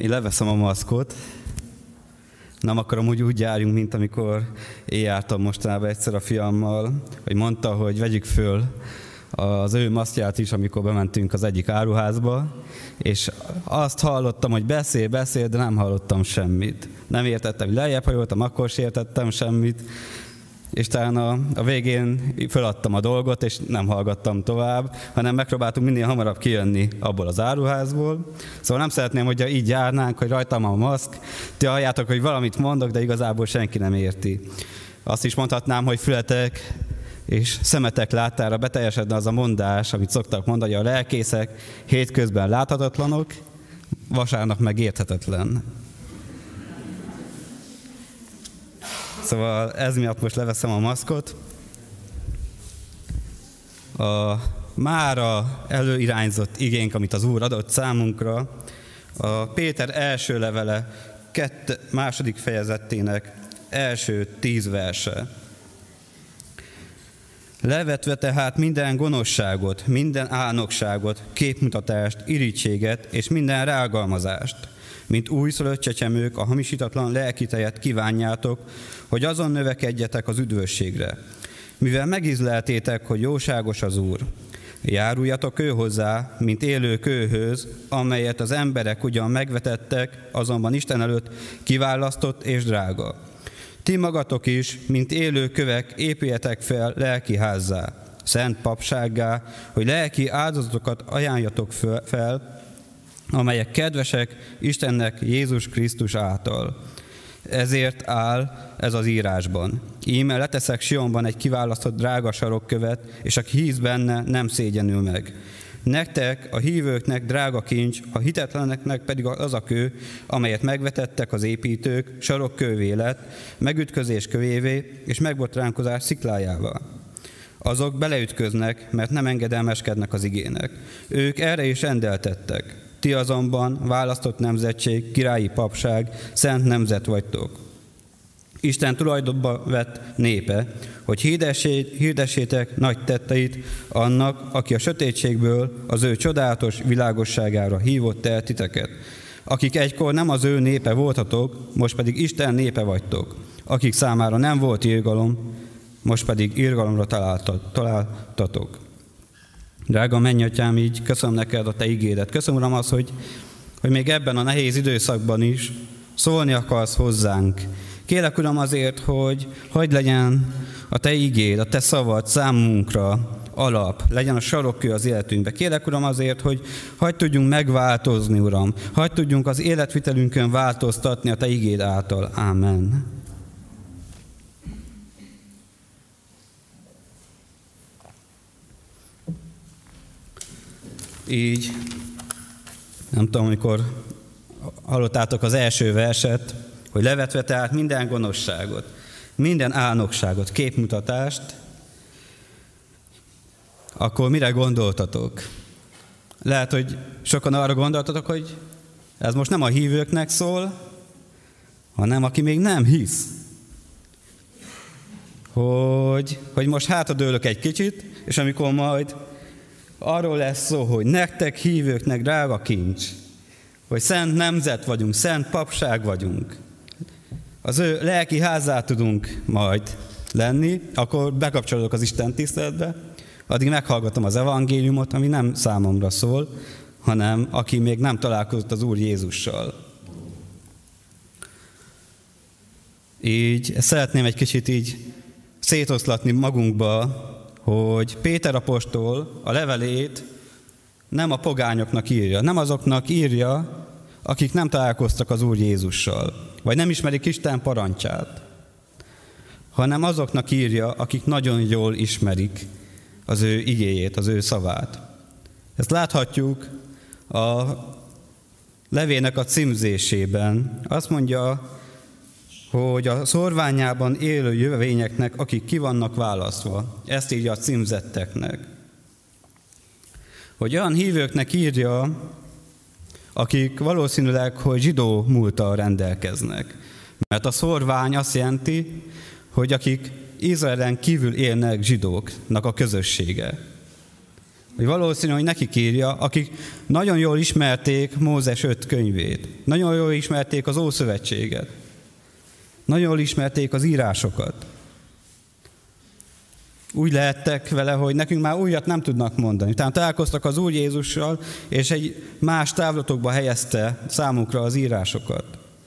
Én leveszem a maszkot. Nem akarom, hogy úgy járjunk, mint amikor én jártam mostanában egyszer a fiammal, hogy mondta, hogy vegyük föl az ő maszkját is, amikor bementünk az egyik áruházba, és azt hallottam, hogy beszél, de nem hallottam semmit. Nem értettem, hogy lejjebb hajoltam, akkor sem értettem semmit, és talán a végén feladtam a dolgot, és nem hallgattam tovább, hanem megpróbáltunk minél hamarabb kijönni abból az áruházból. Szóval nem szeretném, hogyha így járnánk, hogy rajtam a maszk, ti halljátok, hogy valamit mondok, de igazából senki nem érti. Azt is mondhatnám, hogy fületek és szemetek láttára beteljesedne az a mondás, amit szoktak mondani, hogy a lelkészek hétközben láthatatlanok, vasárnap meg érthetetlen. Szóval ez miatt most leveszem a maszkot. A mára előirányzott igénk, amit az Úr adott számunkra, a Péter első levele 2. fejezetének első 10 verse. Levetve tehát minden gonoszságot, minden álnokságot, képmutatást, irítséget és minden rágalmazást, mint újszülött csecsemők a hamisítatlan lelki tejet kívánjátok, hogy azon növekedjetek az üdvösségre. Mivel megízleltétek, hogy jóságos az Úr, járuljatok ő hozzá, mint élő kőhöz, amelyet az emberek ugyan megvetettek, azonban Isten előtt kiválasztott és drága. Ti magatok is, mint élő kövek, épüljetek fel lelki házzá, szent papsággá, hogy lelki áldozatokat ajánljatok fel, amelyek kedvesek Istennek Jézus Krisztus által. Ezért áll ez az írásban. Íme leteszek Sionban egy kiválasztott drága sarokkövet, és aki hisz benne, nem szégyenül meg. Nektek, a hívőknek drága kincs, a hitetleneknek pedig az a kő, amelyet megvetettek az építők, sarokkővé lett, megütközés kövévé és megbotránkozás sziklájával. Azok beleütköznek, mert nem engedelmeskednek az igének. Ők erre is rendeltettek. Ti azonban választott nemzetség, királyi papság, szent nemzet vagytok. Isten tulajdonba vett népe, hogy hirdessétek nagy tetteit annak, aki a sötétségből az ő csodálatos világosságára hívott el titeket. Akik egykor nem az ő népe voltatok, most pedig Isten népe vagytok. Akik számára nem volt irgalom, most pedig irgalomra találtatok. Drága mennyatyám, így köszönöm neked a te igédet. Köszönöm, Uram, az, hogy még ebben a nehéz időszakban is szólni akarsz hozzánk. Kérlek, Uram, azért, hogy hagyd legyen a te igéd, a te szavad számunkra alap, legyen a sarokkő az életünkbe. Kérlek, Uram, azért, hogy hagyd tudjunk megváltozni, Uram. Hagyd tudjunk az életvitelünkön változtatni a te igéd által. Ámen. Így, nem tudom, amikor hallottátok az első verset, hogy levetve tehát minden gonoszságot, minden álnokságot, képmutatást, akkor mire gondoltatok? Lehet, hogy sokan arra gondoltatok, hogy ez most nem a hívőknek szól, hanem aki még nem hisz. Hogy most hátradőlök egy kicsit, és amikor majd arról lesz szó, hogy nektek hívőknek drága kincs, hogy szent nemzet vagyunk, szent papság vagyunk, az ő lelki házát tudunk majd lenni, akkor bekapcsolódok az Isten tiszteletbe, addig meghallgatom az evangéliumot, ami nem számomra szól, hanem aki még nem találkozott az Úr Jézussal. Így szeretném egy kicsit így szétoszlatni magunkba, hogy Péter apostol a levelét nem a pogányoknak írja, nem azoknak írja, akik nem találkoztak az Úr Jézussal, vagy nem ismerik Isten parancsát, hanem azoknak írja, akik nagyon jól ismerik az ő igéjét, az ő szavát. Ezt láthatjuk a levének a címzésében. Azt mondja, hogy a szorványában élő jövevényeknek, akik ki vannak választva. Ezt írja a címzetteknek. Hogy olyan hívőknek írja, akik valószínűleg, hogy zsidó múlttal rendelkeznek. Mert a szorvány azt jelenti, hogy akik Izraelen kívül élnek zsidóknak a közössége. Hogy valószínű, hogy nekik írja, akik nagyon jól ismerték Mózes 5 könyvét. Nagyon jól ismerték az Ószövetséget. Nagyon jól ismerték az írásokat. Úgy lehettek vele, hogy nekünk már újat nem tudnak mondani. Tehát találkoztak az Úr Jézussal, és egy más távlatokba helyezte számukra az írásokat.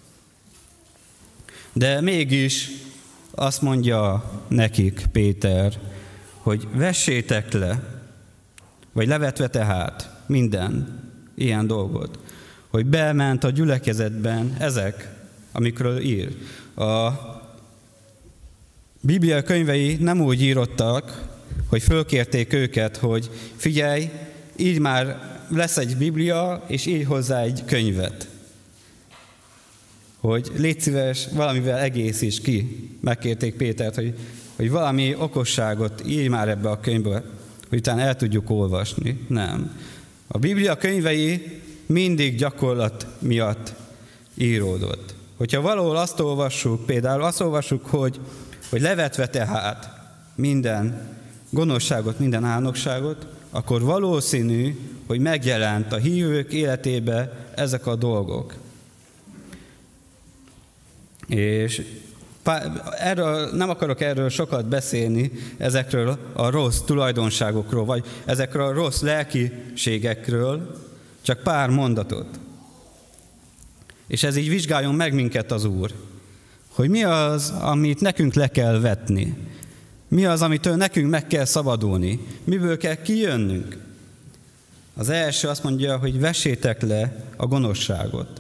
De mégis azt mondja nekik Péter, hogy vessétek le, vagy levetve tehát minden ilyen dolgot, hogy bement a gyülekezetben ezek, amikről ír. A Biblia könyvei nem úgy írottak, hogy fölkérték őket, hogy figyelj, így már lesz egy Biblia, és így hozzá egy könyvet. Hogy légy szíves, valamivel egészíts ki. Megkérték Pétert, hogy valami okosságot írj már ebbe a könyvbe, hogy utána el tudjuk olvasni. Nem. A Biblia könyvei mindig gyakorlat miatt íródott. Hogyha valahol azt olvassuk, például azt olvassuk, hogy levetve tehát minden gonoszságot, minden álnokságot, akkor valószínű, hogy megjelent a hívők életébe ezek a dolgok. És nem akarok erről sokat beszélni, ezekről a rossz tulajdonságokról, vagy ezekről a rossz lelkiségekről, csak pár mondatot. És ez így vizsgáljon meg minket az Úr, hogy mi az, amit nekünk le kell vetni, mi az, amitől nekünk meg kell szabadulni, miből kell kijönnünk. Az első azt mondja, hogy vessétek le a gonoszságot.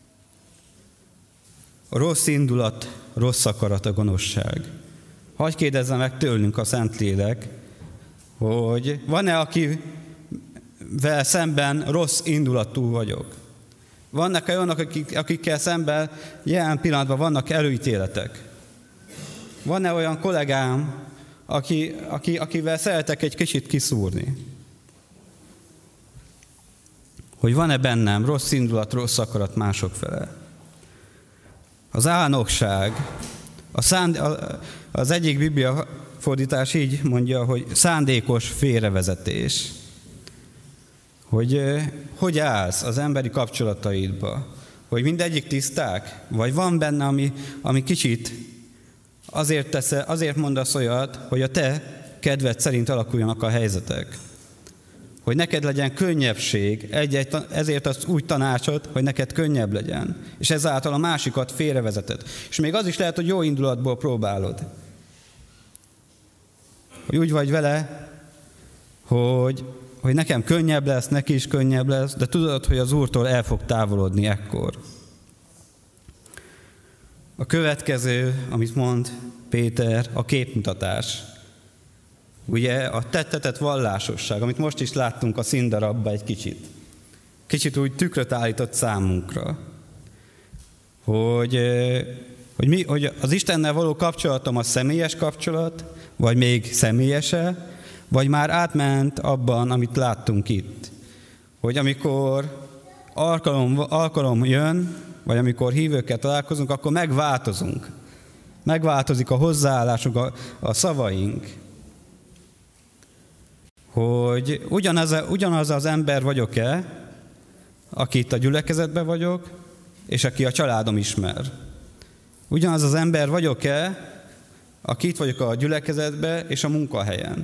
A rossz indulat, rossz akarat a gonoszság. Hadd kérdezze meg tőlünk a Szentlélek, hogy van-e, akivel szemben rossz indulatú vagyok? Vannak-e olyanok, akikkel szemben jelen pillanatban vannak előítéletek? Van-e olyan kollégám, akivel szeretek egy kicsit kiszúrni? Hogy van-e bennem rossz indulat, rossz akarat mások fele? Az álnokság, az egyik Biblia fordítás így mondja, hogy szándékos félrevezetés. Hogy állsz az emberi kapcsolataidba? Hogy mindegyik tiszták? Vagy van benne, ami kicsit azért mondasz olyat, hogy a te kedved szerint alakuljanak a helyzetek. Hogy neked legyen könnyebbség, ezért az úgy tanácsod, hogy neked könnyebb legyen. És ezáltal a másikat félrevezeted. És még az is lehet, hogy jó indulatból próbálod. Hogy úgy vagy vele, hogy nekem könnyebb lesz, neki is könnyebb lesz, de tudod, hogy az Úrtól el fog távolodni ekkor. A következő, amit mond Péter, a képmutatás. Ugye a tettetett vallásosság, amit most is láttunk a színdarabban egy kicsit. Kicsit úgy tükröt állított számunkra. Hogy az Istennel való kapcsolatom a személyes kapcsolat, vagy még személyese, vagy már átment abban, amit láttunk itt. Hogy amikor alkalom jön, vagy amikor hívőkkel találkozunk, akkor megváltozunk. Megváltozik a hozzáállásunk, a szavaink. Hogy ugyanaz az ember vagyok-e, aki itt a gyülekezetben vagyok, és aki a családom ismer. Ugyanaz az ember vagyok-e, aki itt vagyok a gyülekezetben és a munkahelyen.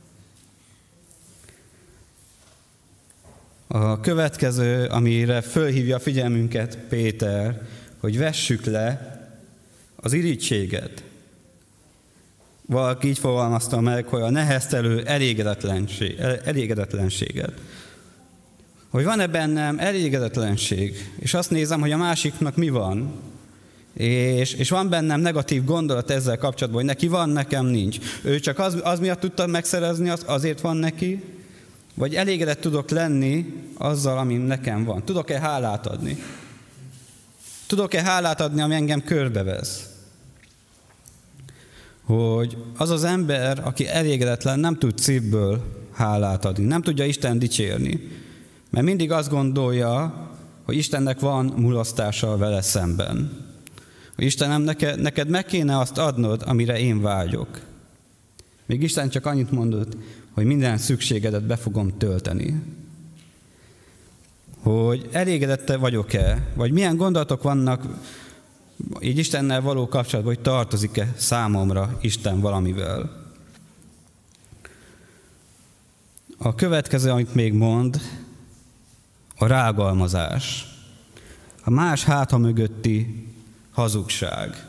A következő, amire fölhívja a figyelmünket Péter, hogy vessük le az irítséget. Valaki így fogalmazta meg, hogy a neheztelő elégedetlenséget. Hogy van-e bennem elégedetlenség, és azt nézem, hogy a másiknak mi van, és van bennem negatív gondolat ezzel kapcsolatban, hogy neki van, nekem nincs. Ő csak az miatt tudta megszerezni, azért van neki, vagy elégedett tudok lenni azzal, ami nekem van. Tudok-e hálát adni? Tudok-e hálát adni, ami engem körbevesz? Hogy az az ember, aki elégedetlen, nem tud szívből hálát adni, nem tudja Isten dicsérni, mert mindig azt gondolja, hogy Istennek van mulasztása vele szemben. Hogy Istenem, neked meg kéne azt adnod, amire én vágyok. Még Isten csak annyit mondott, hogy minden szükségedet be fogom tölteni. Hogy elégedette vagyok-e, vagy milyen gondolatok vannak így Istennel való kapcsolatban, hogy tartozik-e számomra Isten valamivel. A következő, amit még mond, a rágalmazás. A más háta mögötti hazugság.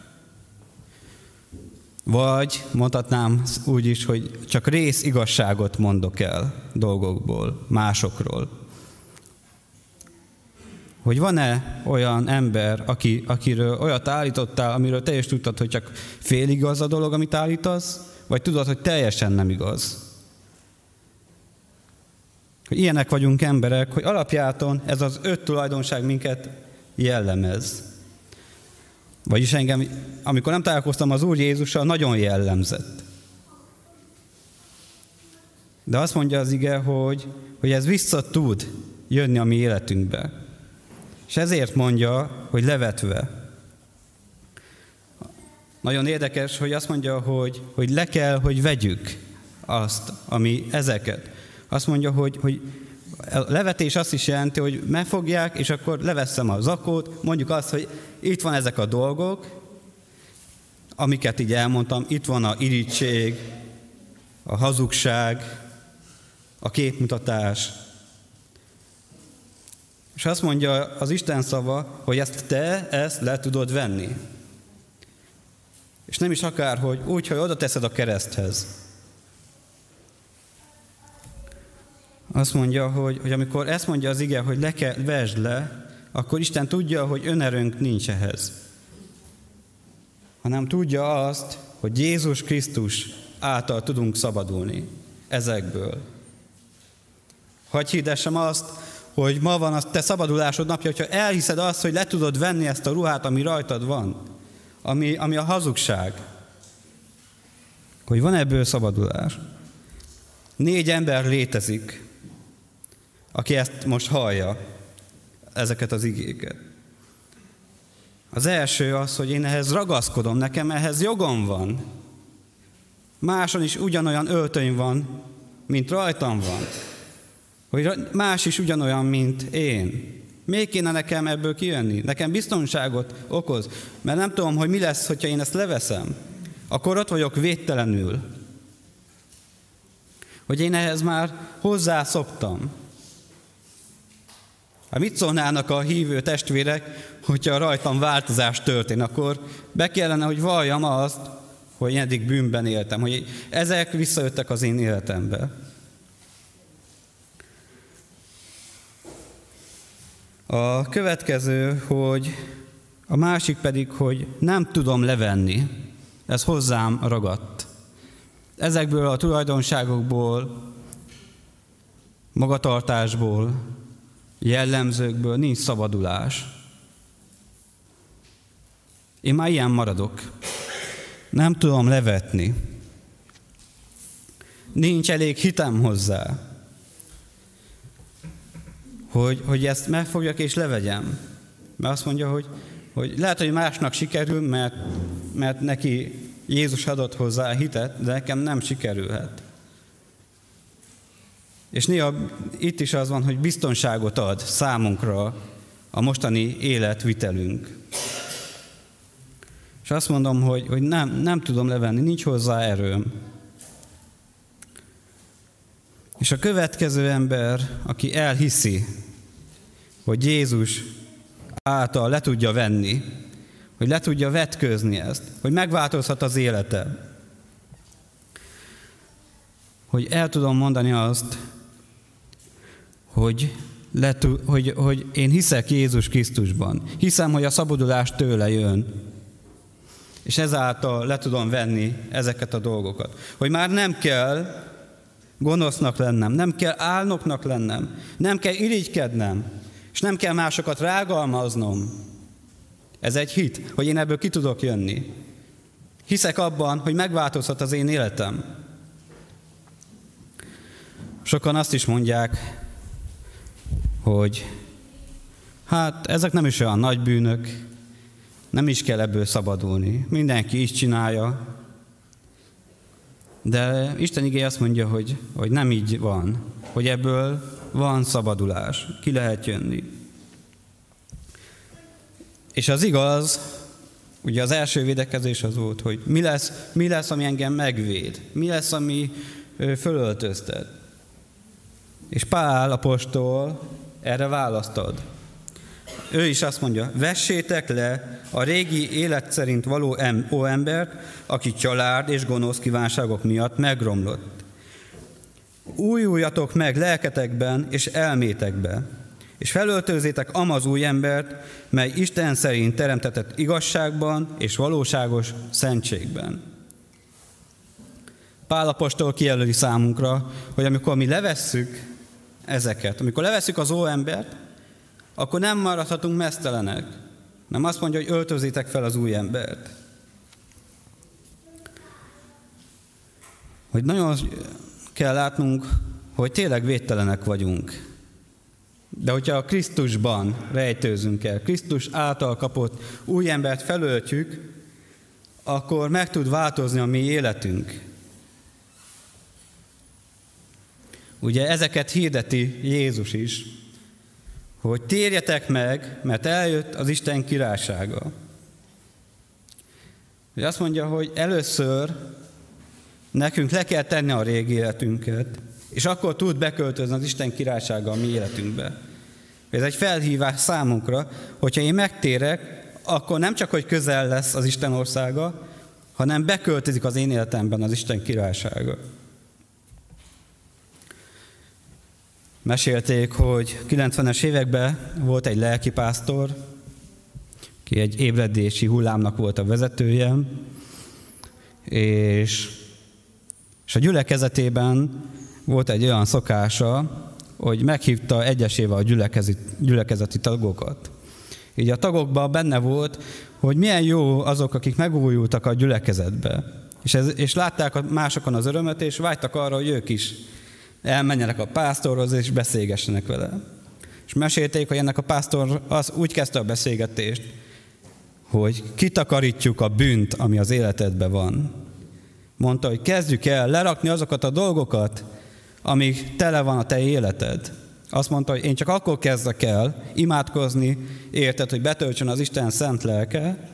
Vagy mondhatnám úgy is, hogy csak rész igazságot mondok el dolgokból, másokról. Hogy van-e olyan ember, akiről olyat állítottál, amiről te is tudtad, hogy csak fél igaz a dolog, amit állítasz, vagy tudod, hogy teljesen nem igaz. Hogy ilyenek vagyunk emberek, hogy alapjáton ez az 5 tulajdonság minket jellemez. Vagyis engem, amikor nem találkoztam az Úr Jézussal, nagyon jellemzett. De azt mondja az ige, hogy ez vissza tud jönni a mi életünkbe. És ezért mondja, hogy levetve. Nagyon érdekes, hogy azt mondja, hogy le kell, hogy vegyük azt, ami ezeket. Azt mondja, hogy a levetés azt is jelenti, hogy megfogják, és akkor leveszem a zakót, mondjuk azt, hogy itt van ezek a dolgok, amiket így elmondtam, itt van a irigység, a hazugság, a képmutatás. És azt mondja az Isten szava, hogy ezt le tudod venni. És nem is akár, hogy úgy, hogy oda teszed a kereszthez. Azt mondja, hogy amikor ezt mondja az ige, hogy vesd le, akkor Isten tudja, hogy önerőnk nincs ehhez. Hanem tudja azt, hogy Jézus Krisztus által tudunk szabadulni ezekből. Hadd hirdessem azt, hogy ma van a te szabadulásod napja, hogyha elhiszed azt, hogy le tudod venni ezt a ruhát, ami rajtad van, ami a hazugság. Hogy van ebből szabadulás. 4 ember létezik, aki ezt most hallja, ezeket az igéket. Az első az, hogy én ehhez ragaszkodom, nekem ehhez jogom van. Máson is ugyanolyan öltöny van, mint rajtam van. Hogy más is ugyanolyan, mint én. Még kéne nekem ebből kijönni? Nekem biztonságot okoz, mert nem tudom, hogy mi lesz, hogyha én ezt leveszem. Akkor ott vagyok védtelenül. Hogy én ehhez már hozzászoktam. Hát mit szólnának a hívő testvérek, hogyha rajtam változás történt, akkor be kellene, hogy valljam azt, hogy én eddig bűnben éltem, hogy ezek visszajöttek az én életembe. A következő, hogy a másik pedig, hogy nem tudom levenni. Ez hozzám ragadt. Ezekből a tulajdonságokból, magatartásból, jellemzőkből nincs szabadulás. Én már ilyen maradok. Nem tudom levetni. Nincs elég hitem hozzá, hogy ezt megfogjak és levegyem. Mert azt mondja, hogy lehet, hogy másnak sikerül, mert neki Jézus adott hozzá hitet, de nekem nem sikerülhet. És néha itt is az van, hogy biztonságot ad számunkra a mostani életvitelünk. És azt mondom, hogy nem tudom levenni, nincs hozzá erőm. És a következő ember, aki elhiszi, hogy Jézus által le tudja venni, hogy le tudja vetkőzni ezt, hogy megváltozhat az élete. Hogy el tudom mondani azt, hogy én hiszek Jézus Krisztusban. Hiszem, hogy a szabadulás tőle jön. És ezáltal le tudom venni ezeket a dolgokat. Hogy már nem kell gonosznak lennem, nem kell álnoknak lennem, nem kell irigykednem, és nem kell másokat rágalmaznom. Ez egy hit, hogy én ebből ki tudok jönni. Hiszek abban, hogy megváltozhat az én életem. Sokan azt is mondják, hogy hát ezek nem is olyan nagy bűnök, nem is kell ebből szabadulni. Mindenki is csinálja. De Isten igéje azt mondja, hogy nem így van, hogy ebből van szabadulás, ki lehet jönni. És az igaz, ugye az első védekezés az volt, hogy mi lesz, ami engem megvéd, mi lesz, ami fölöltöztet. És Pál apostol erre választ ad. Ő is azt mondja, vessétek le a régi élet szerint való embert, aki család és gonosz kívánságok miatt megromlott. Újuljatok meg lelketekben és elmétekbe, és felöltőzzétek amaz új embert, mely Isten szerint teremtetett igazságban és valóságos szentségben. Pál apostol kijelöli számunkra, hogy amikor mi levesszük ezeket, amikor levesszük az óembert, akkor nem maradhatunk meztelenek. Nem azt mondja, hogy öltözzétek fel az új embert. Hogy nagyon kell látnunk, hogy tényleg védtelenek vagyunk. De hogyha a Krisztusban rejtőzünk el, Krisztus által kapott új embert felöltjük, akkor meg tud változni a mi életünk. Ugye ezeket hirdeti Jézus is, hogy térjetek meg, mert eljött az Isten királysága. Ugye azt mondja, hogy először nekünk le kell tenni a régi életünket, és akkor tud beköltözni az Isten királysága a mi életünkbe. Ez egy felhívás számunkra, hogyha én megtérek, akkor nem csak, hogy közel lesz az Isten országa, hanem beköltözik az én életemben az Isten királysága. Mesélték, hogy 90-es években volt egy lelkipásztor, ki egy ébredési hullámnak volt a vezetője, és a gyülekezetében volt egy olyan szokása, hogy meghívta egyesével a gyülekezeti tagokat. Így a tagokban benne volt, hogy milyen jó azok, akik megújultak a gyülekezetbe. És látták másokon az örömet, és vágytak arra, hogy ők is elmenjenek a pásztorhoz, és beszélgessenek vele. És mesélték, hogy ennek a pásztor az úgy kezdte a beszélgetést, hogy kitakarítjuk a bűnt, ami az életedben van. Mondta, hogy kezdjük el lerakni azokat a dolgokat, amíg tele van a te életed. Azt mondta, hogy én csak akkor kezdek el imádkozni, érted, hogy betöltsön az Isten szent lelke,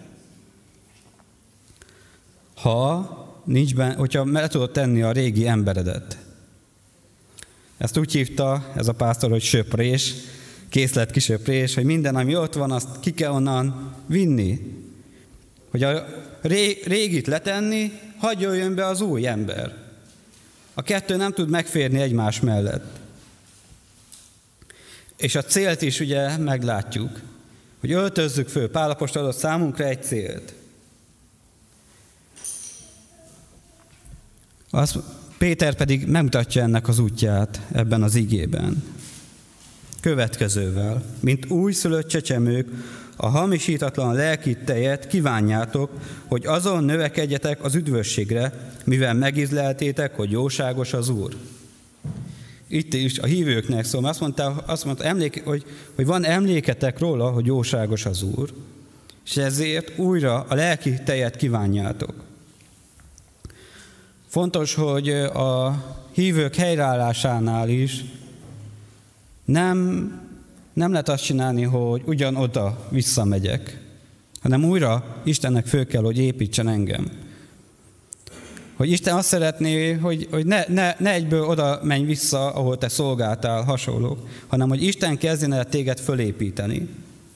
hogyha meg tudod tenni a régi emberedet. Ezt úgy hívta ez a pásztor, hogy söprés, készletkisöprés, hogy minden, ami ott van, azt ki kell onnan vinni. Hogy a régit letenni, hagyjon jön be az új ember. A kettő nem tud megférni egymás mellett. És a célt is ugye meglátjuk, hogy öltözzük föl. Pál apostol adott számunkra egy célt. Péter pedig megmutatja ennek az útját ebben az igében. Következővel, mint újszülött csecsemők, a hamisítatlan lelki tejet kívánjátok, hogy azon növekedjetek az üdvösségre, mivel megízleltétek, hogy jóságos az Úr. Itt is a hívőknek szól, azt mondta hogy van emléketek róla, hogy jóságos az Úr, és ezért újra a lelki tejet kívánjátok. Fontos, hogy a hívők helyreállásánál is nem lehet azt csinálni, hogy ugyanoda visszamegyek, hanem újra Istennek föl kell, hogy építsen engem. Hogy Isten azt szeretné, hogy ne egyből oda menj vissza, ahol te szolgáltál, hasonlók, hanem hogy Isten kezdjen el téged fölépíteni.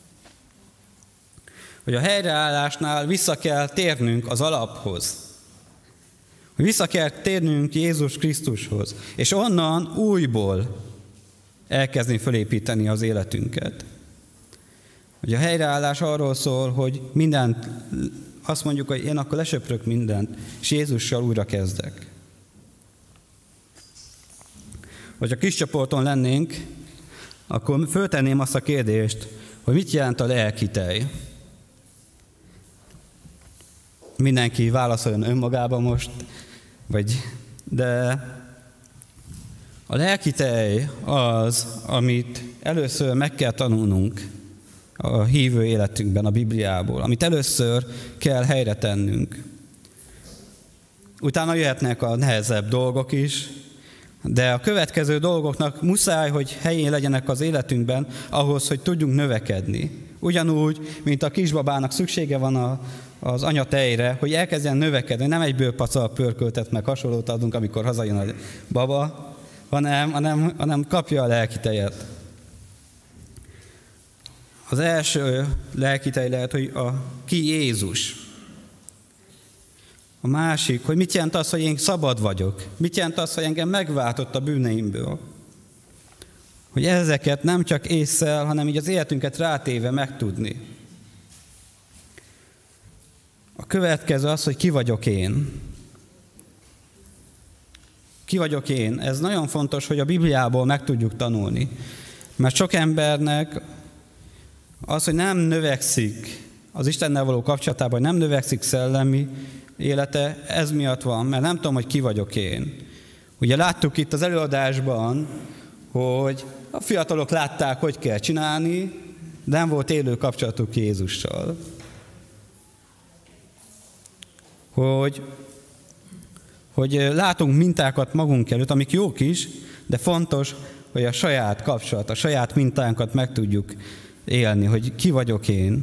Hogy a helyreállásnál vissza kell térnünk az alaphoz. Vissza kell térnünk Jézus Krisztushoz, és onnan újból elkezdeni fölépíteni az életünket. Hogy a helyreállás arról szól, hogy mindent, azt mondjuk, hogy én akkor lesöprök mindent, és Jézussal újra kezdek. Hogyha kis csoporton lennénk, akkor föltenném azt a kérdést, hogy mit jelent a lelki tej. Mindenki válaszoljon önmagába most, de a lelki tej az, amit először meg kell tanulnunk a hívő életünkben, a Bibliából, amit először kell helyre tennünk. Utána jöhetnek a nehezebb dolgok is, de a következő dolgoknak muszáj, hogy helyén legyenek az életünkben, ahhoz, hogy tudjunk növekedni. Ugyanúgy, mint a kisbabának szüksége van az anya tejre, hogy elkezdjen növekedni, nem egyből pacal pörköltet, meg hasonlót adunk, amikor hazajön a baba, hanem kapja a lelki tejet. Az első lelki tej lehet, hogy ki Jézus. A másik, hogy mit jelent az, hogy én szabad vagyok. Mit jelent az, hogy engem megváltott a bűneimből. Hogy ezeket nem csak ésszel, hanem így az életünket rátéve megtudni. A következő az, hogy ki vagyok én. Ki vagyok én? Ez nagyon fontos, hogy a Bibliából meg tudjuk tanulni. Mert sok embernek az, hogy nem növekszik az Istennel való kapcsolatában, nem növekszik szellemi élete, ez miatt van, mert nem tudom, hogy ki vagyok én. Ugye láttuk itt az előadásban, hogy a fiatalok látták, hogy kell csinálni, de nem volt élő kapcsolatuk Jézussal. Hogy látunk mintákat magunk előtt, amik jók is, de fontos, hogy a saját kapcsolat, a saját mintánkat meg tudjuk élni, hogy ki vagyok én.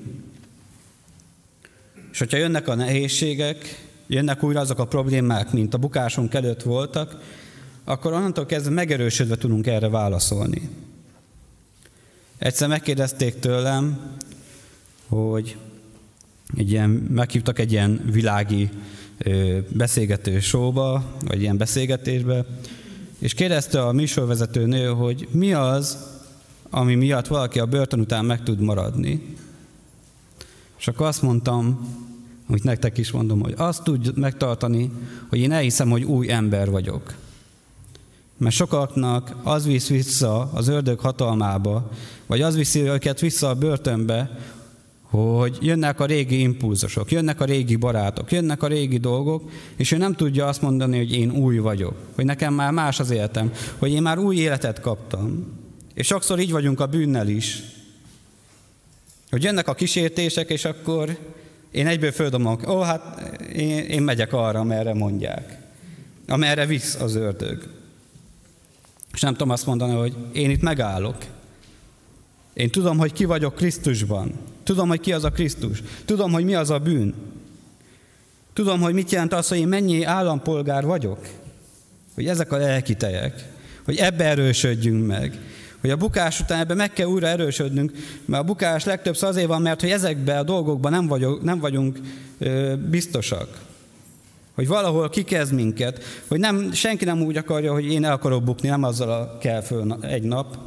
És hogyha jönnek a nehézségek, jönnek újra azok a problémák, mint a bukásunk előtt voltak, akkor onnantól kezdve megerősödve tudunk erre válaszolni. Egyszer megkérdezték tőlem, hogy meghívtak egy ilyen világi beszélgető showba, vagy ilyen beszélgetésbe, és kérdezte a műsorvezető nő, hogy mi az, ami miatt valaki a börtön után meg tud maradni. És akkor azt mondtam, amit nektek is mondom, hogy azt tud megtartani, hogy én elhiszem, hogy új ember vagyok. Mert sokaknak az visz vissza az ördög hatalmába, vagy az viszi őket vissza a börtönbe, hogy jönnek a régi impulzusok, jönnek a régi barátok, jönnek a régi dolgok, és ő nem tudja azt mondani, hogy én új vagyok, hogy nekem már más az életem, hogy én már új életet kaptam. És sokszor így vagyunk a bűnnel is, hogy jönnek a kísértések, és akkor én egyből földomok, hát én megyek arra, amerre mondják, amerre visz az ördög. És nem tudom azt mondani, hogy én itt megállok. Én tudom, hogy ki vagyok Krisztusban. Tudom, hogy ki az a Krisztus. Tudom, hogy mi az a bűn. Tudom, hogy mit jelent az, hogy én mennyi állampolgár vagyok. Hogy ezek a lelki tejek. Hogy ebbe erősödjünk meg. Hogy a bukás után ebbe meg kell újra erősödnünk, mert a bukás legtöbbször azért van, mert hogy ezekben a dolgokban nem vagyunk biztosak. Hogy valahol kikezd minket, hogy senki nem úgy akarja, hogy én el akarok bukni, nem azzal kell föl egy nap,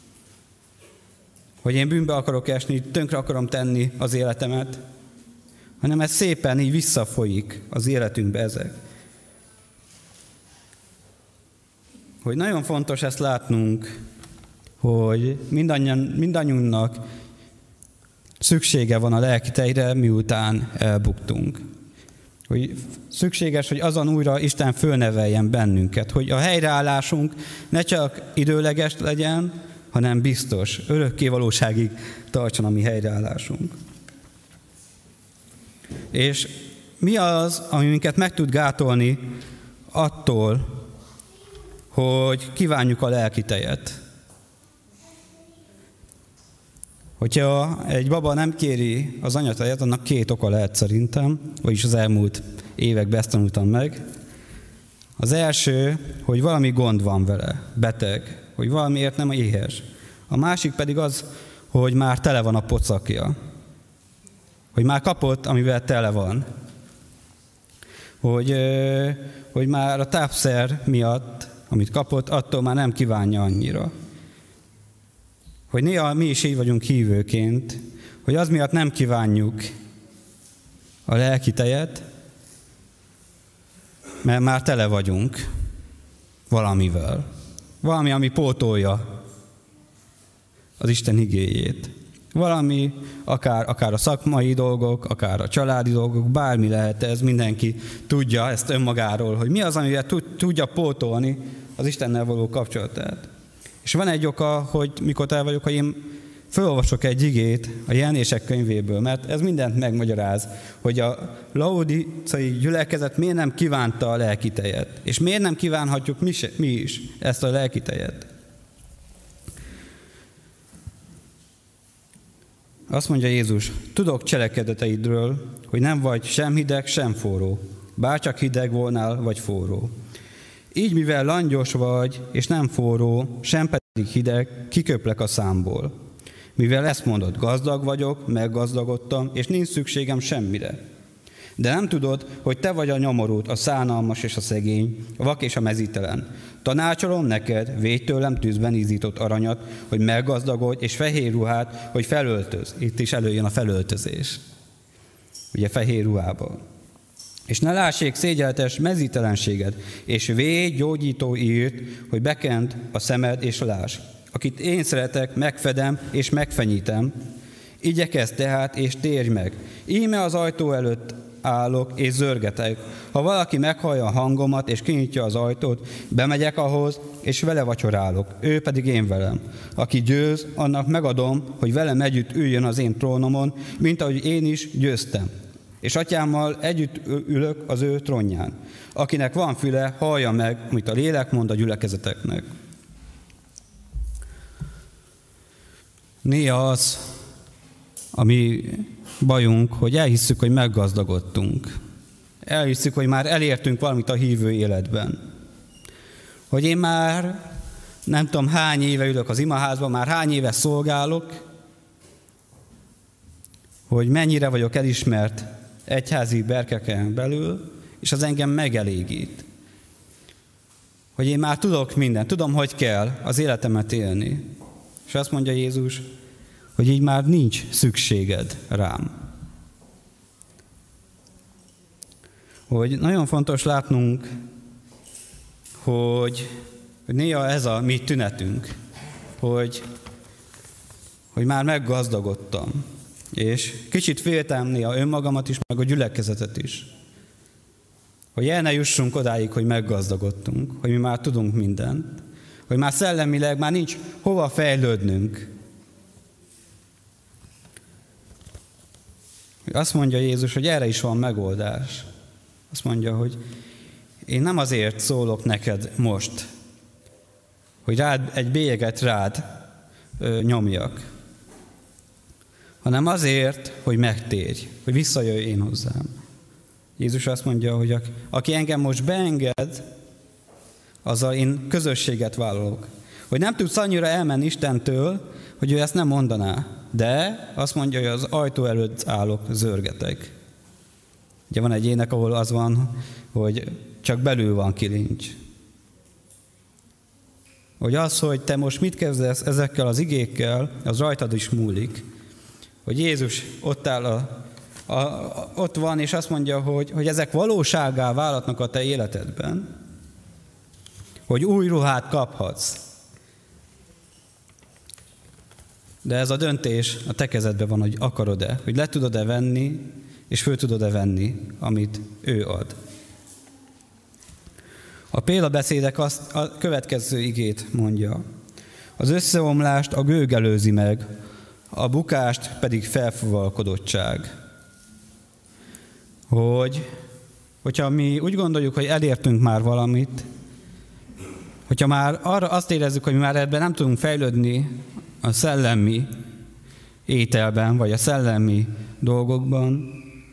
hogy én bűnbe akarok esni, tönkre akarom tenni az életemet, hanem ez szépen így visszafolyik az életünkbe ezek. Hogy nagyon fontos ezt látnunk, hogy mindannyiunknak szüksége van a lelki tejre, miután elbuktunk. Hogy szükséges, hogy azon újra Isten fölneveljen bennünket, hogy a helyreállásunk ne csak időleges legyen, hanem biztos, örökké valóságig tartson a mi helyreállásunk. És mi az, ami minket meg tud gátolni attól, hogy kívánjuk a lelki tejet? Hogyha egy baba nem kéri az anyatejet, annak két oka lehet szerintem, vagyis az elmúlt években ezt tanultam meg. Az első, hogy valami gond van vele, beteg, hogy valamiért nem éhes. A másik pedig az, hogy már tele van a pocakja. Hogy már kapott, amivel tele van. Hogy már a tápszer miatt, amit kapott, attól már nem kívánja annyira. Hogy néha mi is így vagyunk hívőként, hogy az miatt nem kívánjuk a lelki tejet, mert már tele vagyunk valamivel. Valami, ami pótolja az Isten igéjét. Valami, akár a szakmai dolgok, akár a családi dolgok, bármi lehet ez, mindenki tudja ezt önmagáról, hogy mi az, amivel tudja pótolni az Istennel való kapcsolatát. És van egy oka, hogy mikor tele vagyok, hogy én Felolvasok egy igét a Jelenések könyvéből, mert ez mindent megmagyaráz, hogy a laodicei gyülekezet miért nem kívánta a lelki tejet, és miért nem kívánhatjuk mi is ezt a lelki tejet. Azt mondja Jézus, tudok cselekedeteidről, hogy nem vagy sem hideg, sem forró, bárcsak hideg volnál, vagy forró. Így, mivel langyos vagy, és nem forró, sem pedig hideg, kiköplek a számból. Mivel ezt mondod, gazdag vagyok, meggazdagodtam, és nincs szükségem semmire. De nem tudod, hogy te vagy a nyomorult, a szánalmas és a szegény, a vak és a mezítelen. Tanácsolom neked, védj tőlem tűzben ízított aranyat, hogy meggazdagodj, és fehér ruhát, hogy felöltöz. Itt is előjön a felöltözés. Ugye fehér ruhába. És ne lássék szégyeltes mezítelenséged, és védj gyógyító írt, hogy bekend a szemed és láss. Akit én szeretek, megfedem és megfenyítem. Igyekezz tehát, és térj meg. Íme az ajtó előtt állok, és zörgetek. Ha valaki meghallja a hangomat, és kinyitja az ajtót, bemegyek ahhoz, és vele vacsorálok. Ő pedig én velem. Aki győz, annak megadom, hogy velem együtt üljön az én trónomon, mint ahogy én is győztem. És atyámmal együtt ülök az ő trónján. Akinek van füle, hallja meg, amit a lélek mond a gyülekezeteknek. Néha az, ami bajunk, hogy elhisszük, hogy meggazdagodtunk. Elhisszük, hogy már elértünk valamit a hívő életben. Hogy én már nem tudom hány éve ülök az imaházban, már hány éve szolgálok, hogy mennyire vagyok elismert egyházi berkeken belül, és az engem megelégít. Hogy én már tudok mindent, tudom, hogy kell az életemet élni. És azt mondja Jézus, hogy így már nincs szükséged rám. Hogy nagyon fontos látnunk, hogy néha ez a mi tünetünk, hogy már meggazdagodtam. És kicsit féltem néha önmagamat is, meg a gyülekezetet is. Hogy el ne jussunk odáig, hogy meggazdagodtunk, hogy mi már tudunk mindent, hogy már szellemileg már nincs hova fejlődnünk. Azt mondja Jézus, hogy erre is van megoldás. Azt mondja, hogy én nem azért szólok neked most, hogy egy bélyeget rád nyomjak, hanem azért, hogy megtérj, hogy visszajöjj én hozzám. Jézus azt mondja, hogy aki engem most beenged, azzal én közösséget vállalok. Hogy nem tudsz annyira elmenni Istentől, hogy ő ezt nem mondaná. De azt mondja, hogy az ajtó előtt állok, zörgetek. Ugye van egy ének, ahol az van, hogy csak belül van kilincs. Hogy az, hogy te most mit kezdesz ezekkel az igékkel, az rajtad is múlik. Hogy Jézus ott áll, ott van, és azt mondja, hogy ezek valósággá válhatnak a te életedben. Hogy új ruhát kaphatsz. De ez a döntés a te kezedben van, hogy akarod-e, hogy le tudod-e venni, és föl tudod-e venni, amit ő ad. A példabeszédek a következő igét mondja. Az összeomlást a gőg előzi meg, a bukást pedig felfuvalkodottság. Hogyha mi úgy gondoljuk, hogy elértünk már valamit, hogyha már arra azt érezzük, hogy mi már ebben nem tudunk fejlődni a szellemi ételben, vagy a szellemi dolgokban,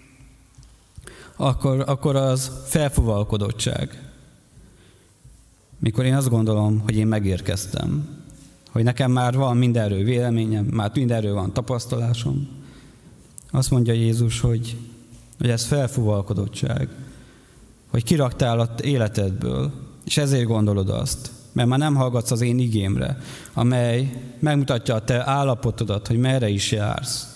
akkor az felfuvalkodottság. Mikor én azt gondolom, hogy én megérkeztem, hogy nekem már van mindenről véleményem, már mindenről van tapasztalásom, azt mondja Jézus, hogy ez felfuvalkodottság, hogy kiraktál az életedből, és ezért gondolod azt, mert már nem hallgatsz az én igémre, amely megmutatja a te állapotodat, hogy merre is jársz.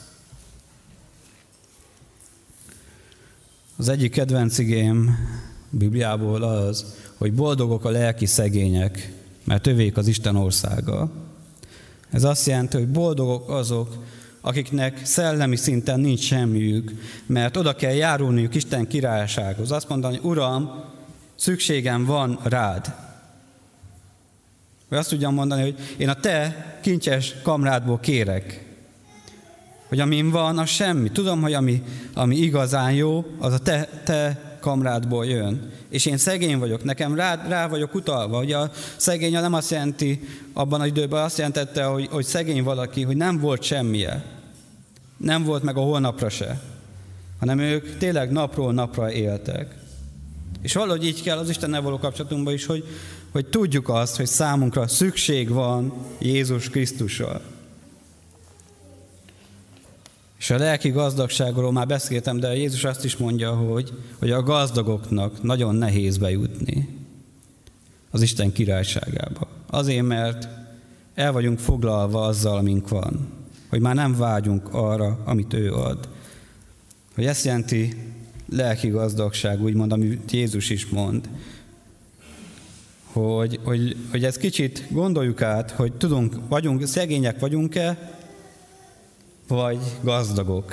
Az egyik kedvenc igém Bibliából az, hogy boldogok a lelki szegények, mert övék az Isten országa. Ez azt jelenti, hogy boldogok azok, akiknek szellemi szinten nincs semmiük, mert oda kell járulniuk Isten királysághoz. Azt mondani, Uram, szükségem van rád. Vagy azt tudjam mondani, hogy én a te kincses kamrádból kérek. hogy amin van, az semmi. Tudom, hogy ami igazán jó, az a te kamrádból jön. És én szegény vagyok, nekem rá vagyok utalva. Ugye a szegény nem azt jelenti, abban az időben azt jelentette, hogy szegény valaki, hogy nem volt semmije. Nem volt meg a holnapra se. Hanem ők tényleg napról napra éltek. És valahogy így kell az Istennel való kapcsolatunkban is, hogy tudjuk azt, hogy számunkra szükség van Jézus Krisztusra. És a lelki gazdagságról már beszéltem, de Jézus azt is mondja, hogy a gazdagoknak nagyon nehéz bejutni az Isten királyságába. Azért, mert el vagyunk foglalva azzal, amink van. Hogy már nem vágyunk arra, amit ő ad. Hogy ezt jelenti lelki gazdagság, úgymond, amit Jézus is mond. Hogy ezt kicsit gondoljuk át, hogy szegények vagyunk-e, vagy gazdagok.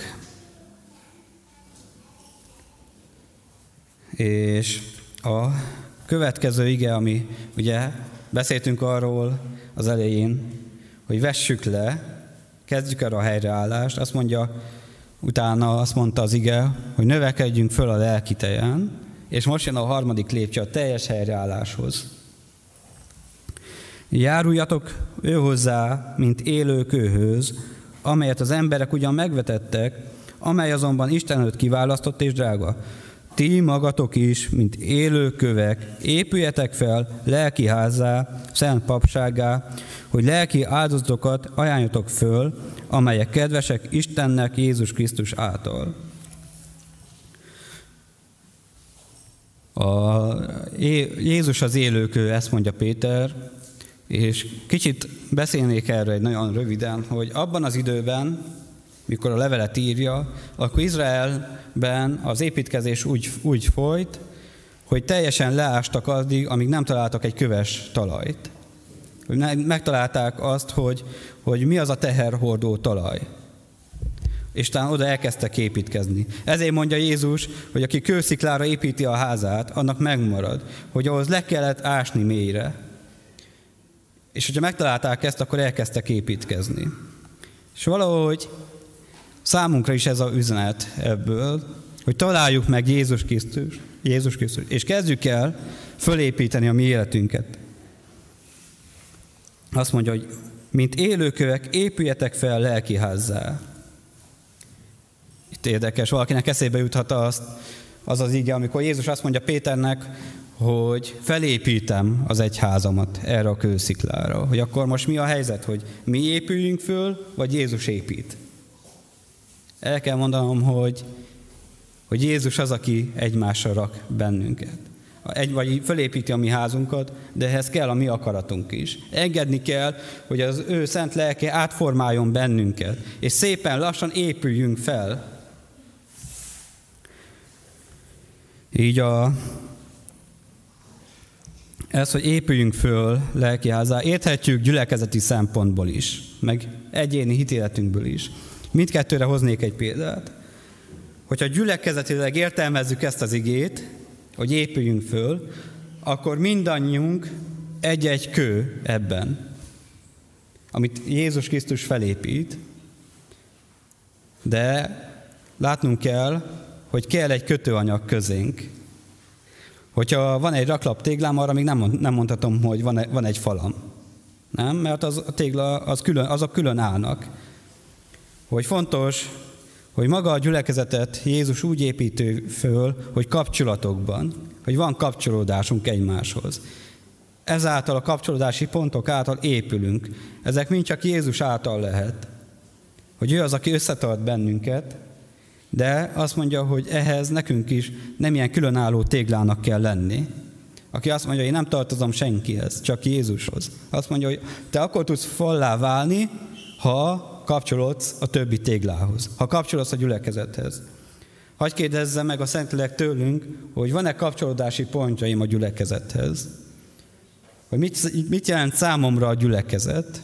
És a következő ige, ami ugye beszéltünk arról az elején, hogy vessük le, kezdjük el a helyreállást, utána azt mondta az ige, hogy növekedjünk föl a lelki tejen, és most jön a harmadik lépcső a teljes helyreálláshoz. Járuljatok őhozzá, mint élő kőhöz, amelyet az emberek ugyan megvetettek, amely azonban Isten előtt kiválasztott és drága. Ti magatok is, mint élő kövek, épüljetek fel lelki házzá, szent papsággá, hogy lelki áldozatokat ajánljatok föl, amelyek kedvesek Istennek Jézus Krisztus által. Jézus az élőkő, ezt mondja Péter, és kicsit beszélnék erről egy nagyon röviden, hogy abban az időben, mikor a levelet írja, akkor Izraelben az építkezés úgy folyt, hogy teljesen leástak addig, amíg nem találtak egy köves talajt. Megtalálták azt, hogy mi az a teherhordó talaj. És talán oda elkezdtek építkezni. Ezért mondja Jézus, hogy aki kősziklára építi a házát, annak megmarad, hogy ahhoz le kellett ásni mélyre. És hogyha megtalálták ezt, akkor elkezdtek építkezni. És valahogy számunkra is ez az üzenet ebből, hogy találjuk meg Jézus Krisztus, és kezdjük el fölépíteni a mi életünket. Azt mondja, hogy mint élőkövek, épüljetek fel lelkiházzá. Itt érdekes, valakinek eszébe juthat az ige, amikor Jézus azt mondja Péternek, hogy felépítem az egyházamat erre a kősziklára. Hogy akkor most mi a helyzet, hogy mi épüljünk föl, vagy Jézus épít? El kell mondanom, hogy Jézus az, aki egymásra rak bennünket. Vagy felépíti a mi házunkat, de ehhez kell a mi akaratunk is. Engedni kell, hogy az ő szent lelke átformáljon bennünket, és szépen lassan épüljünk fel. Így ez, hogy épüljünk föl lelkiházá, érthetjük gyülekezeti szempontból is, meg egyéni hitéletünkből is. Mindkettőre hoznék egy példát. Hogyha gyülekezetileg értelmezzük ezt az igét, hogy épüljünk föl, akkor mindannyiunk egy-egy kő ebben, amit Jézus Krisztus felépít, de látnunk kell, hogy kell egy kötőanyag közénk. Hogyha van egy raklap téglám, arra még nem mondhatom, hogy van egy falam. Nem? Mert a tégla, azok külön állnak. Hogy fontos, hogy maga a gyülekezetet Jézus úgy építi föl, hogy kapcsolatokban, hogy van kapcsolódásunk egymáshoz. Ezáltal a kapcsolódási pontok által épülünk. Ezek mind csak Jézus által lehet. Hogy ő az, aki összetart bennünket, de azt mondja, hogy ehhez nekünk is nem ilyen különálló téglának kell lenni. Aki azt mondja, hogy én nem tartozom senkihez, csak Jézushoz. Azt mondja, hogy te akkor tudsz fallá válni, ha kapcsolódsz a többi téglához, ha kapcsolódsz a gyülekezethez. Hadd kérdezze meg a Szentlélek tőlünk, hogy van-e kapcsolódási pontjaim a gyülekezethez? Hogy mit jelent számomra a gyülekezet?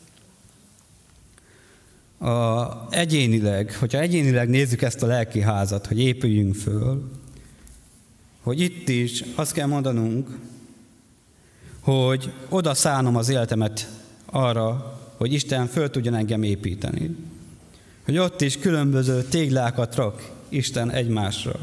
Hogyha egyénileg nézzük ezt a lelki házat, hogy épüljünk föl, hogy itt is azt kell mondanunk, hogy oda szánom az életemet arra, hogy Isten föl tudjon engem építeni. hogy ott is különböző téglákat rak Isten egymásra.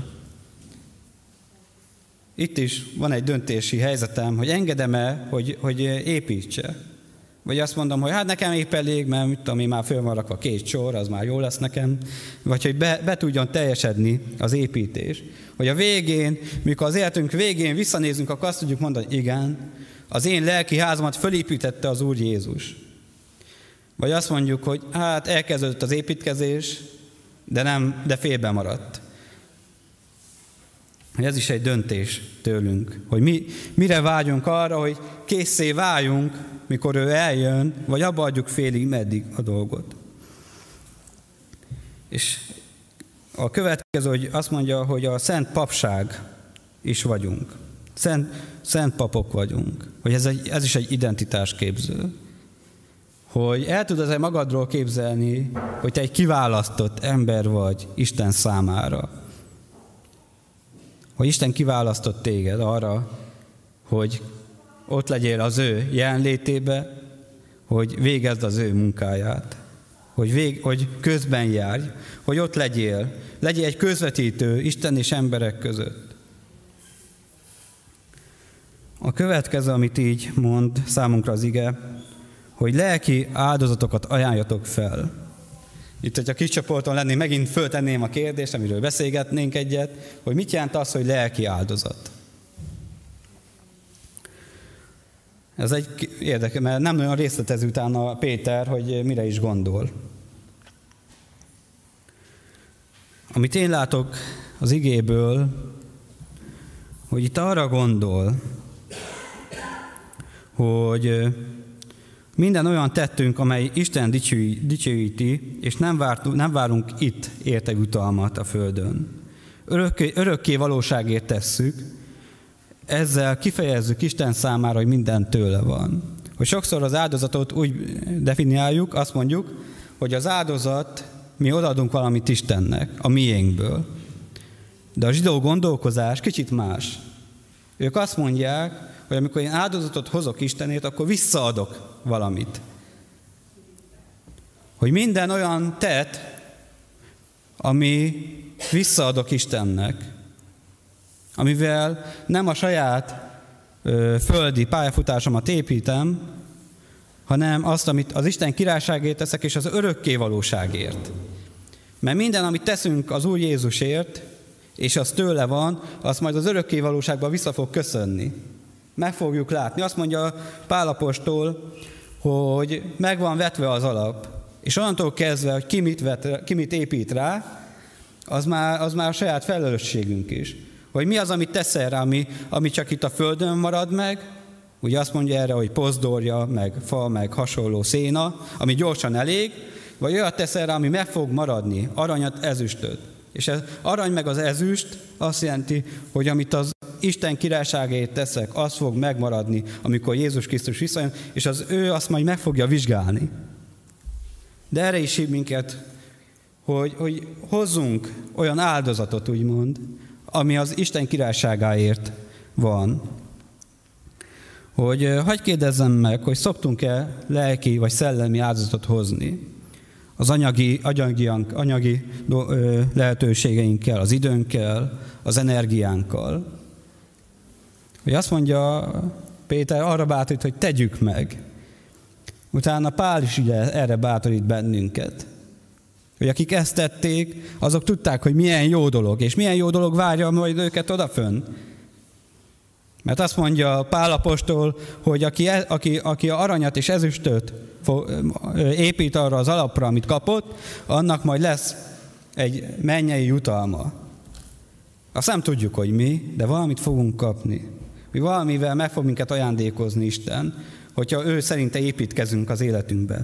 Itt is van egy döntési helyzetem, hogy engedem-e, hogy építse. Vagy azt mondom, hogy hát nekem épp elég, mert mit tudom én, már föl van rakva 2 sor, az már jó lesz nekem. Vagy hogy be tudjon teljesedni az építés. Hogy a végén, mikor az életünk végén visszanézünk, akkor azt tudjuk mondani, hogy igen, az én lelki házamat fölépítette az Úr Jézus. Vagy azt mondjuk, hogy hát elkezdődött az építkezés, de félbe maradt. Ez is egy döntés tőlünk, hogy mire vágyunk arra, hogy készé váljunk, mikor ő eljön, vagy abba adjuk félig meddig a dolgot. És a következő, hogy azt mondja, hogy a szent papság is vagyunk. Szent papok vagyunk. Hogy ez is egy identitásképző. Hogy el tudod magadról képzelni, hogy te egy kiválasztott ember vagy Isten számára. Hogy Isten kiválasztott téged arra, hogy ott legyél az ő jelenlétébe, hogy végezd az ő munkáját, hogy közben járj, hogy ott legyél egy közvetítő Isten és emberek között. A következő, amit így mond számunkra az ige, hogy lelki áldozatokat ajánljatok fel. Itt, hogyha kis csoporton lennénk, megint föltenném a kérdést, amiről beszélgetnénk egyet, hogy mit jelent az, hogy lelki áldozat. Ez egy érdekes, mert nem nagyon részletez utána Péter, hogy mire is gondol. Amit én látok az igéből, hogy itt arra gondol, hogy minden olyan tettünk, amely Isten dicsőíti, és nem várunk itt érte jutalmat a földön. Örökké valóságért tesszük, ezzel kifejezzük Isten számára, hogy minden tőle van. Hogy sokszor az áldozatot úgy definiáljuk, azt mondjuk, hogy az áldozat, mi odaadunk valamit Istennek, a miénkből. De a zsidó gondolkozás kicsit más. Ők azt mondják, hogy amikor én áldozatot hozok Istenért, akkor visszaadok valamit. Hogy minden olyan tett, ami visszaadok Istennek, amivel nem a saját földi pályafutásomat építem, hanem azt, amit az Isten királyságért teszek, és az örökké valóságért. Mert minden, amit teszünk az Úr Jézusért, és az tőle van, azt majd az örökké valóságban vissza fog köszönni. Meg fogjuk látni. Azt mondja Pál apostol, hogy meg van vetve az alap, és onnantól kezdve, hogy ki mit épít rá, az már a saját felelősségünk is. Hogy mi az, amit teszel rá, ami csak itt a földön marad meg, ugye azt mondja erre, hogy pozdorja, meg fa, meg hasonló széna, ami gyorsan elég, vagy olyat teszel rá, ami meg fog maradni, aranyat, ezüstöt. És az arany meg az ezüst azt jelenti, hogy amit az Isten királyságért teszek, az fog megmaradni, amikor Jézus Krisztus visszajön, és ő azt majd meg fogja vizsgálni. De erre is hív minket, hogy hozzunk olyan áldozatot, úgymond, ami az Isten királyságáért van. Hadd kérdezzem meg, hogy szoktunk-e lelki vagy szellemi áldozatot hozni az anyagi lehetőségeinkkel, az időnkkel, az energiánkkal. Hogy azt mondja Péter, arra bátorít, hogy tegyük meg. Utána Pál is ugye erre bátorít bennünket. Hogy akik ezt tették, azok tudták, hogy milyen jó dolog, és milyen jó dolog várja majd őket odafönn. Mert azt mondja Pál apostol, hogy aki aranyat és ezüstöt épít arra az alapra, amit kapott, annak majd lesz egy mennyei jutalma. Azt nem tudjuk, hogy mi, de valamit fogunk kapni. Mi valamivel meg fog minket ajándékozni Isten, hogyha ő szerinte építkezünk az életünkbe.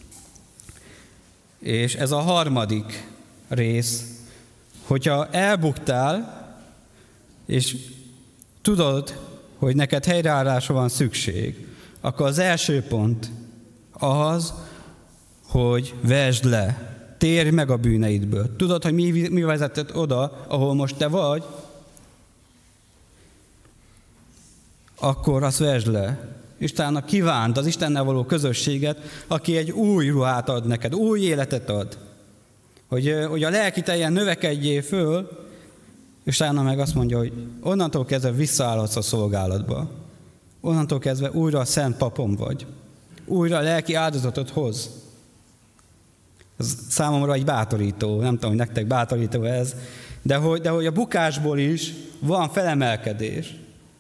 És ez a harmadik rész, hogyha elbuktál, és tudod, hogy neked helyreállásra van szükség, akkor az első pont az, hogy vesd le, térj meg a bűneidből. Tudod, hogy mi vezetett oda, ahol most te vagy, akkor azt vesd le. Istennek kívánt az Istennel való közösséget, aki egy új ruhát ad neked, új életet ad. hogy a lelki tejen növekedjél föl, és utána meg azt mondja, hogy onnantól kezdve visszaállhatsz a szolgálatba. Onnantól kezdve újra a szent papom vagy. Újra a lelki áldozatot hoz. Ez számomra egy bátorító, nem tudom, hogy nektek bátorító ez, de hogy a bukásból is van felemelkedés.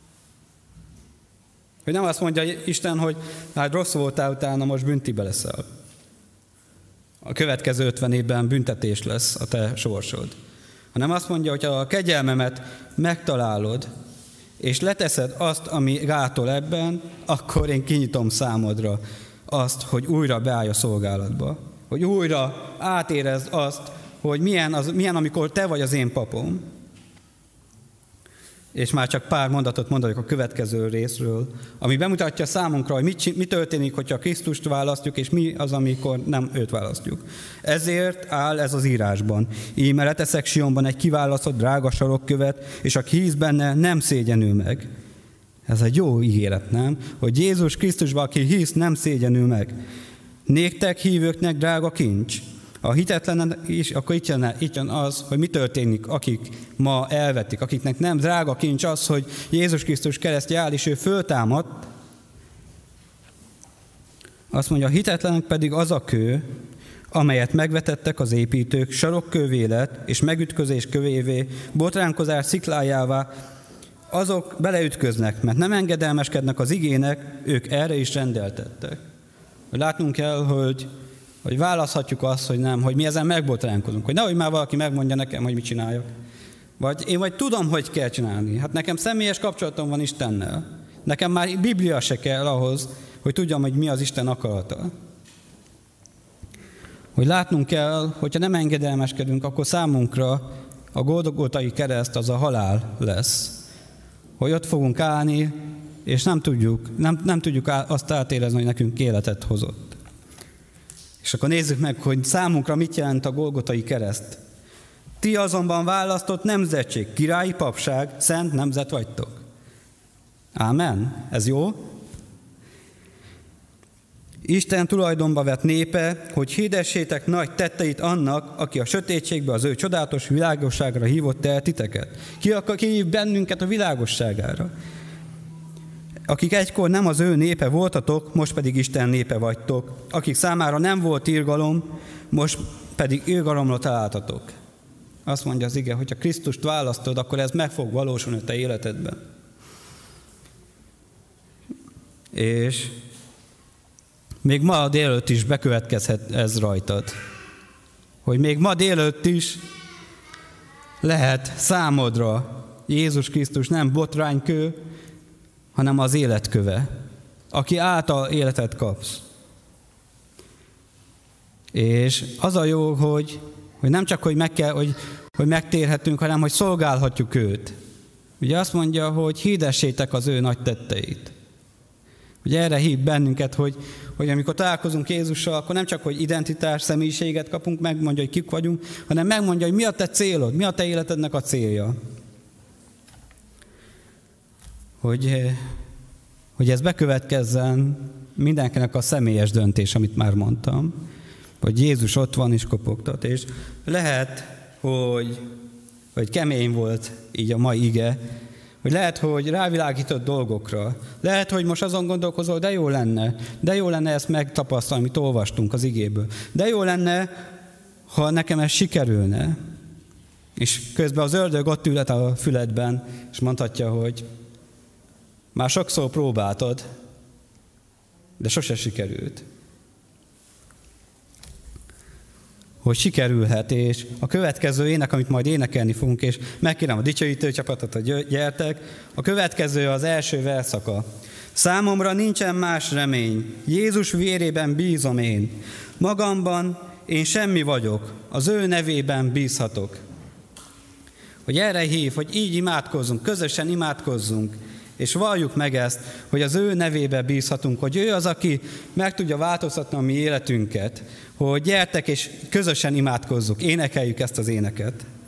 Hogy nem azt mondja Isten, hogy hát rossz voltál, utána most büntibe leszel. A következő 50 évben büntetés lesz a te sorsod. Hanem azt mondja, hogy ha a kegyelmemet megtalálod, és leteszed azt, ami gátol ebben, akkor én kinyitom számodra azt, hogy újra beállj a szolgálatba. Hogy újra átérezd azt, hogy milyen, amikor te vagy az én papom. És már csak pár mondatot mondok a következő részről, ami bemutatja számunkra, hogy mi történik, hogyha Krisztust választjuk, és mi az, amikor nem őt választjuk. Ezért áll ez az írásban. Íme leteszek Sionban egy kiválasztott drága sarokkövet, és aki hisz benne, nem szégyenül meg. Ez egy jó ígéret, nem? Hogy Jézus Krisztusban, aki hisz, nem szégyenül meg. Néktek hívőknek drága kincs. A hitetlenen is, akkor itt jön az, hogy mi történik, akik ma elvetik, akiknek nem drága kincs az, hogy Jézus Krisztus keresztje áll, és ő föltámadt. Azt mondja, a hitetlenek pedig az a kő, amelyet megvetettek az építők, sarokkővé lett, és megütközés kövévé, botránkozás sziklájává, azok beleütköznek, mert nem engedelmeskednek az igének, ők erre is rendeltettek. Látnunk kell, hogy választhatjuk azt, hogy nem, hogy mi ezen megbotránkozunk, hogy nehogy már valaki megmondja nekem, hogy mit csináljak. Vagy én tudom, hogy kell csinálni. Hát nekem személyes kapcsolatom van Istennel. Nekem már Biblia se kell ahhoz, hogy tudjam, hogy mi az Isten akarata. Hogy látnunk kell, hogyha nem engedelmeskedünk, akkor számunkra a Golgotai kereszt az a halál lesz. Hogy ott fogunk állni, és nem tudjuk azt átérezni, hogy nekünk életet hozott. És akkor nézzük meg, hogy számunkra mit jelent a Golgotai kereszt. Ti azonban választott nemzetség, királyi papság, szent nemzet vagytok. Ámen? Ez jó? Isten tulajdonba vett népe, hogy hirdessétek nagy tetteit annak, aki a sötétségbe az ő csodálatos világosságra hívott el titeket. Ki hív bennünket a világosságára? Akik egykor nem az ő népe voltatok, most pedig Isten népe vagytok. Akik számára nem volt irgalom, most pedig irgalomra találtatok. Azt mondja az ige, hogyha Krisztust választod, akkor ez meg fog valósulni a te életedben. És még ma délelőtt is bekövetkezhet ez rajtad. Hogy még ma délelőtt is lehet számodra Jézus Krisztus nem botránykő, hanem az életköve, aki által életet kapsz. És az a jó, hogy nem csak, hogy hogy megtérhetünk, hanem hogy szolgálhatjuk őt. Ugye azt mondja, hogy hirdessétek az ő nagy tetteit. Ugye erre hív bennünket, hogy amikor találkozunk Jézussal, akkor nem csak, hogy identitás, személyiséget kapunk, megmondja, hogy kik vagyunk, hanem megmondja, hogy mi a te célod, mi a te életednek a célja. Hogy ez bekövetkezzen mindenkinek a személyes döntés, amit már mondtam, hogy Jézus ott van és kopogtat, és lehet, hogy kemény volt így a mai ige, hogy lehet, hogy rávilágított dolgokra, lehet, hogy most azon gondolkozol, de jó lenne ezt megtapasztalni, amit olvastunk az igéből, de jó lenne, ha nekem ez sikerülne. És közben az ördög ott ülhet a füledben, és mondhatja, hogy már sokszor próbáltad, de sose sikerült. Hogy sikerülhet, és a következő ének, amit majd énekelni fogunk, és megkérem a dicsőítő csapatot, hogy gyertek, a következő az első verszaka. Számomra nincsen más remény, Jézus vérében bízom én, magamban én semmi vagyok, az ő nevében bízhatok. Hogy erre hív, hogy így imádkozzunk, közösen imádkozzunk, és valljuk meg ezt, hogy az ő nevébe bízhatunk, hogy ő az, aki meg tudja változtatni a mi életünket, hogy gyertek és közösen imádkozzuk, énekeljük ezt az éneket.